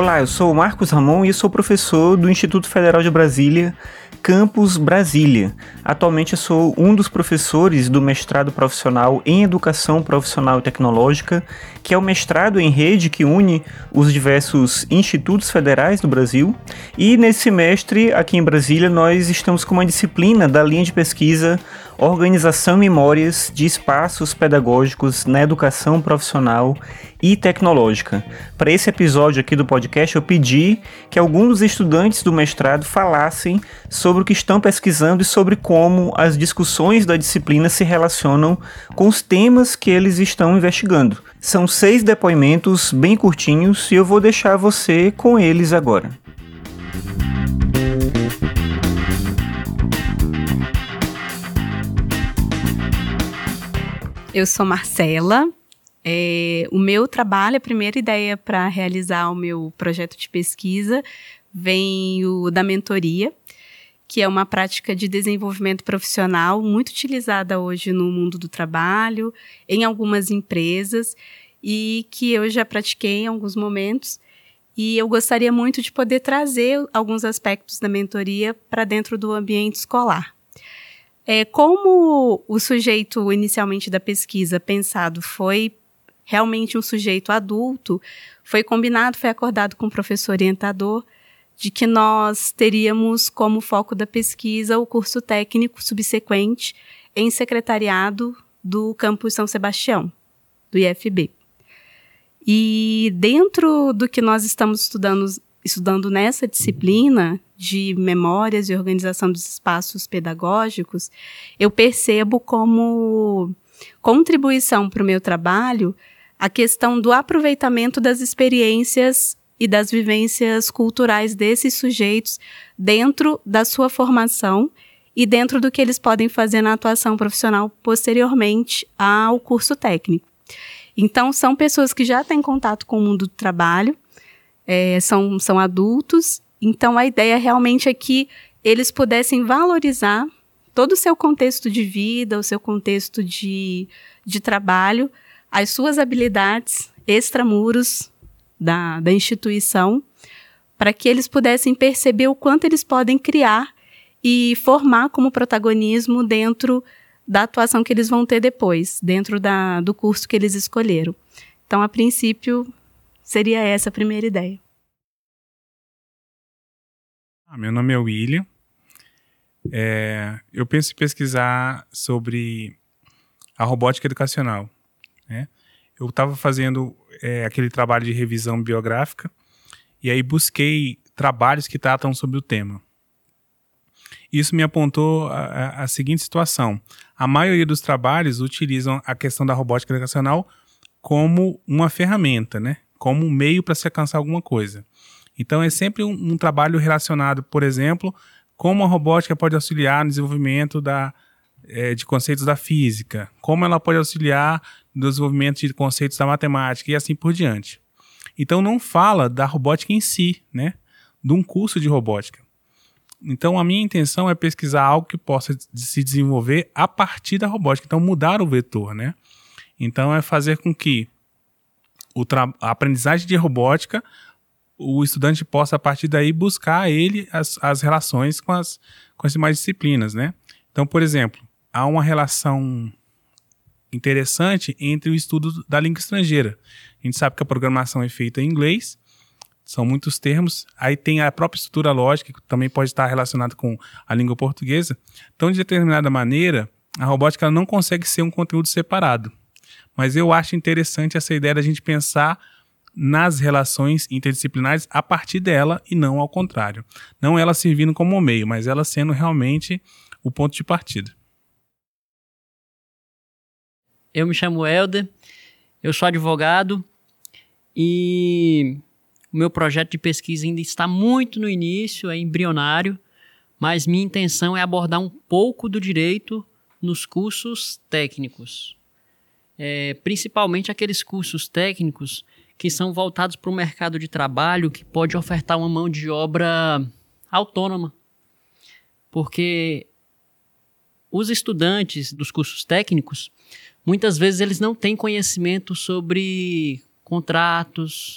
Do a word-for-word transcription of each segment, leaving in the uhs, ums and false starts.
Olá, eu sou o Marcos Ramon e sou professor do Instituto Federal de Brasília, Campus Brasília. Atualmente eu sou um dos professores do mestrado profissional em Educação Profissional e Tecnológica, que é o mestrado em rede que une os diversos institutos federais do Brasil. E nesse semestre, aqui em Brasília, nós estamos com uma disciplina da linha de pesquisa Organização e Memórias de Espaços Pedagógicos na Educação Profissional e Tecnológica. Para esse episódio aqui do podcast, eu pedi que alguns dos estudantes do mestrado falassem sobre o que estão pesquisando e sobre como as discussões da disciplina se relacionam com os temas que eles estão investigando. São seis depoimentos bem curtinhos e eu vou deixar você com eles agora. Eu sou Marcela. É, o meu trabalho, a primeira ideia para realizar o meu projeto de pesquisa veio da mentoria, que é uma prática de desenvolvimento profissional muito utilizada hoje no mundo do trabalho, em algumas empresas, e que eu já pratiquei em alguns momentos. E eu gostaria muito de poder trazer alguns aspectos da mentoria para dentro do ambiente escolar. É, como o sujeito inicialmente da pesquisa pensado foi realmente um sujeito adulto, foi combinado, foi acordado com o professor orientador de que nós teríamos como foco da pesquisa o curso técnico subsequente em secretariado do campus São Sebastião, do I F B. E dentro do que nós estamos estudando, estudando nessa disciplina de memórias e organização dos espaços pedagógicos, eu percebo como contribuição para o meu trabalho a questão do aproveitamento das experiências e das vivências culturais desses sujeitos dentro da sua formação e dentro do que eles podem fazer na atuação profissional posteriormente ao curso técnico. Então, são pessoas que já têm contato com o mundo do trabalho, é, são, são adultos. Então, a ideia realmente é que eles pudessem valorizar todo o seu contexto de vida, o seu contexto de, de trabalho, as suas habilidades extramuros da, da instituição, para que eles pudessem perceber o quanto eles podem criar e formar como protagonismo dentro da atuação que eles vão ter depois, dentro da, do curso que eles escolheram. Então, a princípio, seria essa a primeira ideia. Ah, meu nome é William. É, eu penso em pesquisar sobre a robótica educacional, né? Eu estava fazendo é, aquele trabalho de revisão biográfica e aí busquei trabalhos que tratam sobre o tema. Isso me apontou a, a, a seguinte situação. A maioria dos trabalhos utilizam a questão da robótica educacional como uma ferramenta, né? Como um meio para se alcançar alguma coisa. Então, é sempre um, um trabalho relacionado, por exemplo, como a robótica pode auxiliar no desenvolvimento da, é, de conceitos da física, como ela pode auxiliar no desenvolvimento de conceitos da matemática e assim por diante. Então, não fala da robótica em si, né? De um curso de robótica. Então, a minha intenção é pesquisar algo que possa se desenvolver a partir da robótica. Então, mudar o vetor, né? Então, é fazer com que o tra- a aprendizagem de robótica, o estudante possa, a partir daí, buscar ele as, as relações com as, com as demais disciplinas, né? Então, por exemplo, há uma relação interessante entre o estudo da língua estrangeira. A gente sabe que a programação é feita em inglês, são muitos termos, aí tem a própria estrutura lógica, que também pode estar relacionada com a língua portuguesa. Então, de determinada maneira, a robótica ela não consegue ser um conteúdo separado. Mas eu acho interessante essa ideia da gente pensar nas relações interdisciplinares a partir dela e não ao contrário. Não ela servindo como um meio, mas ela sendo realmente o ponto de partida. Eu me chamo Helder, eu sou advogado e o meu projeto de pesquisa ainda está muito no início, é embrionário, mas minha intenção é abordar um pouco do direito nos cursos técnicos. É, principalmente aqueles cursos técnicos que são voltados para o mercado de trabalho, que pode ofertar uma mão de obra autônoma. Porque os estudantes dos cursos técnicos, muitas vezes eles não têm conhecimento sobre contratos,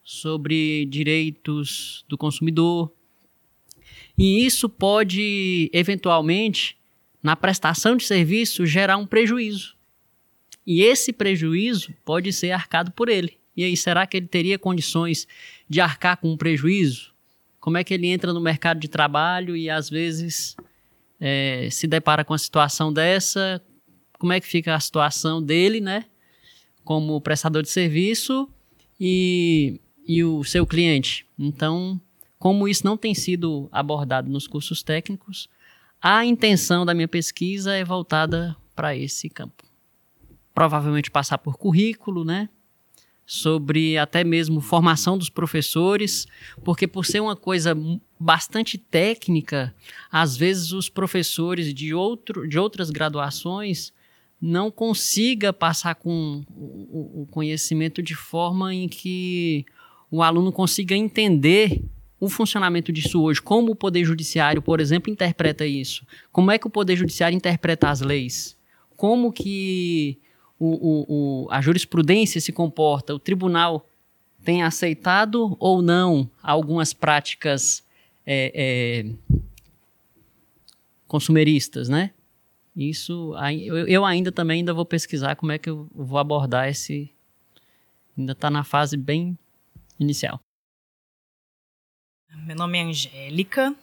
sobre direitos do consumidor. E isso pode, eventualmente, na prestação de serviço, gerar um prejuízo. E esse prejuízo pode ser arcado por ele. E aí, será que ele teria condições de arcar com um prejuízo? Como é que ele entra no mercado de trabalho e, às vezes, é, se depara com a situação dessa? Como é que fica a situação dele, né, como prestador de serviço e, e o seu cliente? Então, como isso não tem sido abordado nos cursos técnicos, a intenção da minha pesquisa é voltada para esse campo. Provavelmente passar por currículo, né? Sobre até mesmo formação dos professores, porque por ser uma coisa bastante técnica, às vezes os professores de, outro, de outras graduações não consigam passar com o, o conhecimento de forma em que o aluno consiga entender o funcionamento disso hoje, como o Poder Judiciário, por exemplo, interpreta isso, como é que o Poder Judiciário interpreta as leis, como que O, o, o, a jurisprudência se comporta, o tribunal tem aceitado ou não algumas práticas é, é, consumeristas, né? Isso, eu, eu ainda também ainda vou pesquisar como é que eu vou abordar esse... Ainda está na fase bem inicial. Meu nome é Angélica.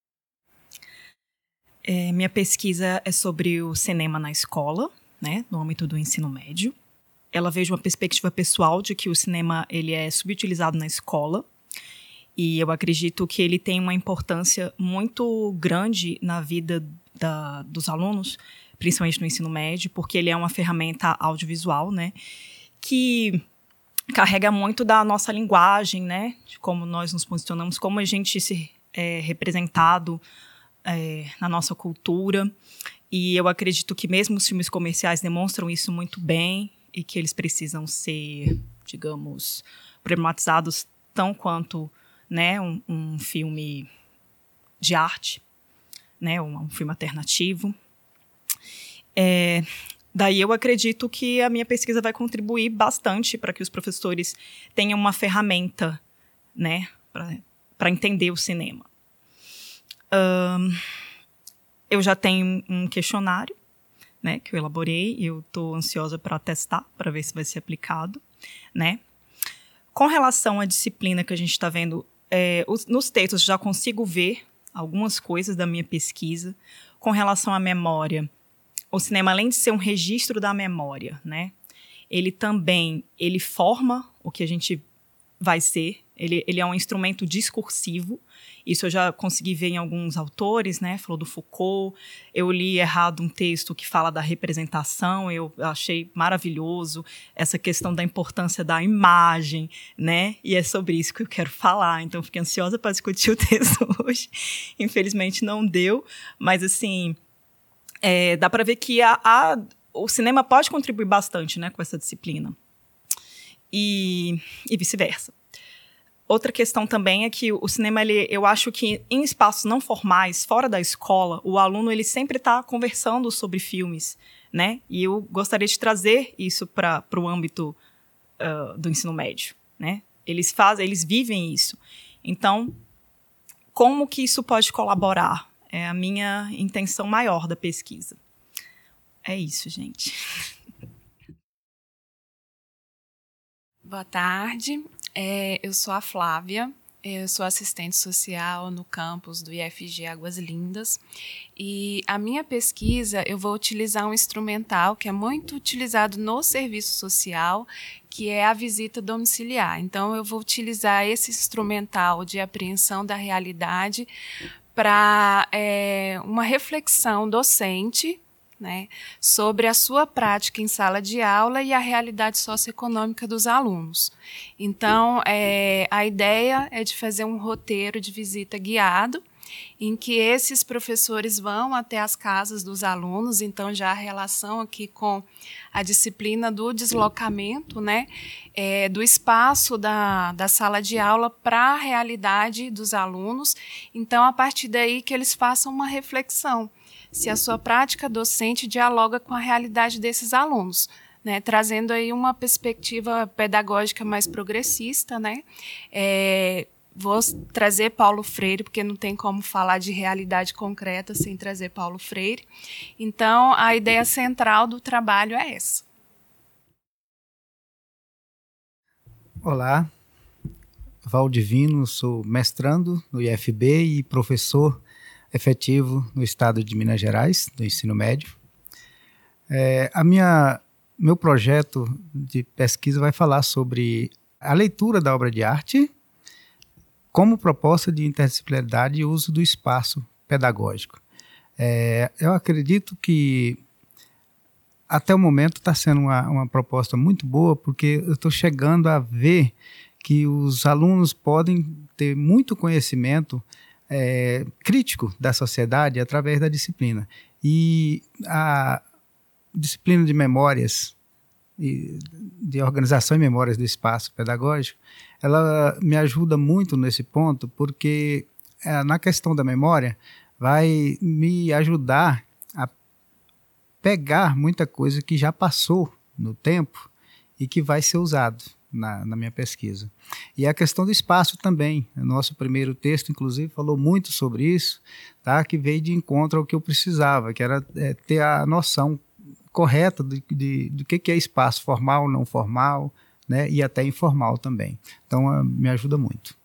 É, minha pesquisa é sobre o cinema na escola, né, no âmbito do ensino médio. Ela veio de uma perspectiva pessoal de que o cinema ele é subutilizado na escola e eu acredito que ele tem uma importância muito grande na vida da, dos alunos, principalmente no ensino médio, porque ele é uma ferramenta audiovisual, né, que carrega muito da nossa linguagem, né, de como nós nos posicionamos, como a gente se é representado é, na nossa cultura. E eu acredito que mesmo os filmes comerciais demonstram isso muito bem e que eles precisam ser, digamos, problematizados tão quanto, né, um, um filme de arte, né, um, um filme alternativo. É, daí eu acredito que a minha pesquisa vai contribuir bastante para que os professores tenham uma ferramenta, né, para entender o cinema. Um, Eu já tenho um questionário, né, que eu elaborei e eu estou ansiosa para testar, para ver se vai ser aplicado, né. Com relação à disciplina que a gente está vendo, é, os, nos textos já consigo ver algumas coisas da minha pesquisa. Com relação à memória, o cinema, além de ser um registro da memória, né, ele também ele forma o que a gente vai ser. Ele, ele é um instrumento discursivo. Isso eu já consegui ver em alguns autores, né? Falou do Foucault. Eu li errado um texto que fala da representação. Eu achei maravilhoso essa questão da importância da imagem, né? E é sobre isso que eu quero falar. Então, fiquei ansiosa para discutir o texto hoje. Infelizmente, não deu. Mas, assim, é, dá para ver que a, a, o cinema pode contribuir bastante, né, com essa disciplina. E, e vice-versa. Outra questão também é que o cinema, ele, eu acho que em espaços não formais, fora da escola, o aluno ele sempre está conversando sobre filmes, né? E eu gostaria de trazer isso para o âmbito uh, do ensino médio, né? Eles fazem, eles vivem isso. Então, como que isso pode colaborar? É a minha intenção maior da pesquisa. É isso, gente. Boa tarde. É, eu sou a Flávia, eu sou assistente social no campus do I F G Águas Lindas e a minha pesquisa eu vou utilizar um instrumental que é muito utilizado no serviço social, que é a visita domiciliar. Então, eu vou utilizar esse instrumental de apreensão da realidade para é, uma reflexão docente, né, sobre a sua prática em sala de aula e a realidade socioeconômica dos alunos. Então, é, a ideia é de fazer um roteiro de visita guiado, em que esses professores vão até as casas dos alunos, então já a relação aqui com a disciplina do deslocamento, né, é, do espaço da, da sala de aula para a realidade dos alunos. Então, a partir daí que eles façam uma reflexão, se a sua prática docente dialoga com a realidade desses alunos, né, trazendo aí uma perspectiva pedagógica mais progressista, né? É, vou trazer Paulo Freire, porque não tem como falar de realidade concreta sem trazer Paulo Freire. Então, a ideia central do trabalho é essa. Olá, Valdivino, sou mestrando no I F B e professor efetivo no estado de Minas Gerais, do ensino médio. É, a minha, meu projeto de pesquisa vai falar sobre a leitura da obra de arte como proposta de interdisciplinaridade e uso do espaço pedagógico. É, eu acredito que até o momento está sendo uma, uma proposta muito boa, porque eu estou chegando a ver que os alunos podem ter muito conhecimento é, crítico da sociedade através da disciplina. E a disciplina de memórias, e de organização e memórias do espaço pedagógico, ela me ajuda muito nesse ponto, porque é, na questão da memória vai me ajudar a pegar muita coisa que já passou no tempo e que vai ser usado na, na minha pesquisa. E a questão do espaço também. O nosso primeiro texto, inclusive, falou muito sobre isso, tá? Que veio de encontro ao que eu precisava, que era é, ter a noção correta de, de, do que, que é espaço formal, não formal, né? E até informal também. Então, me ajuda muito.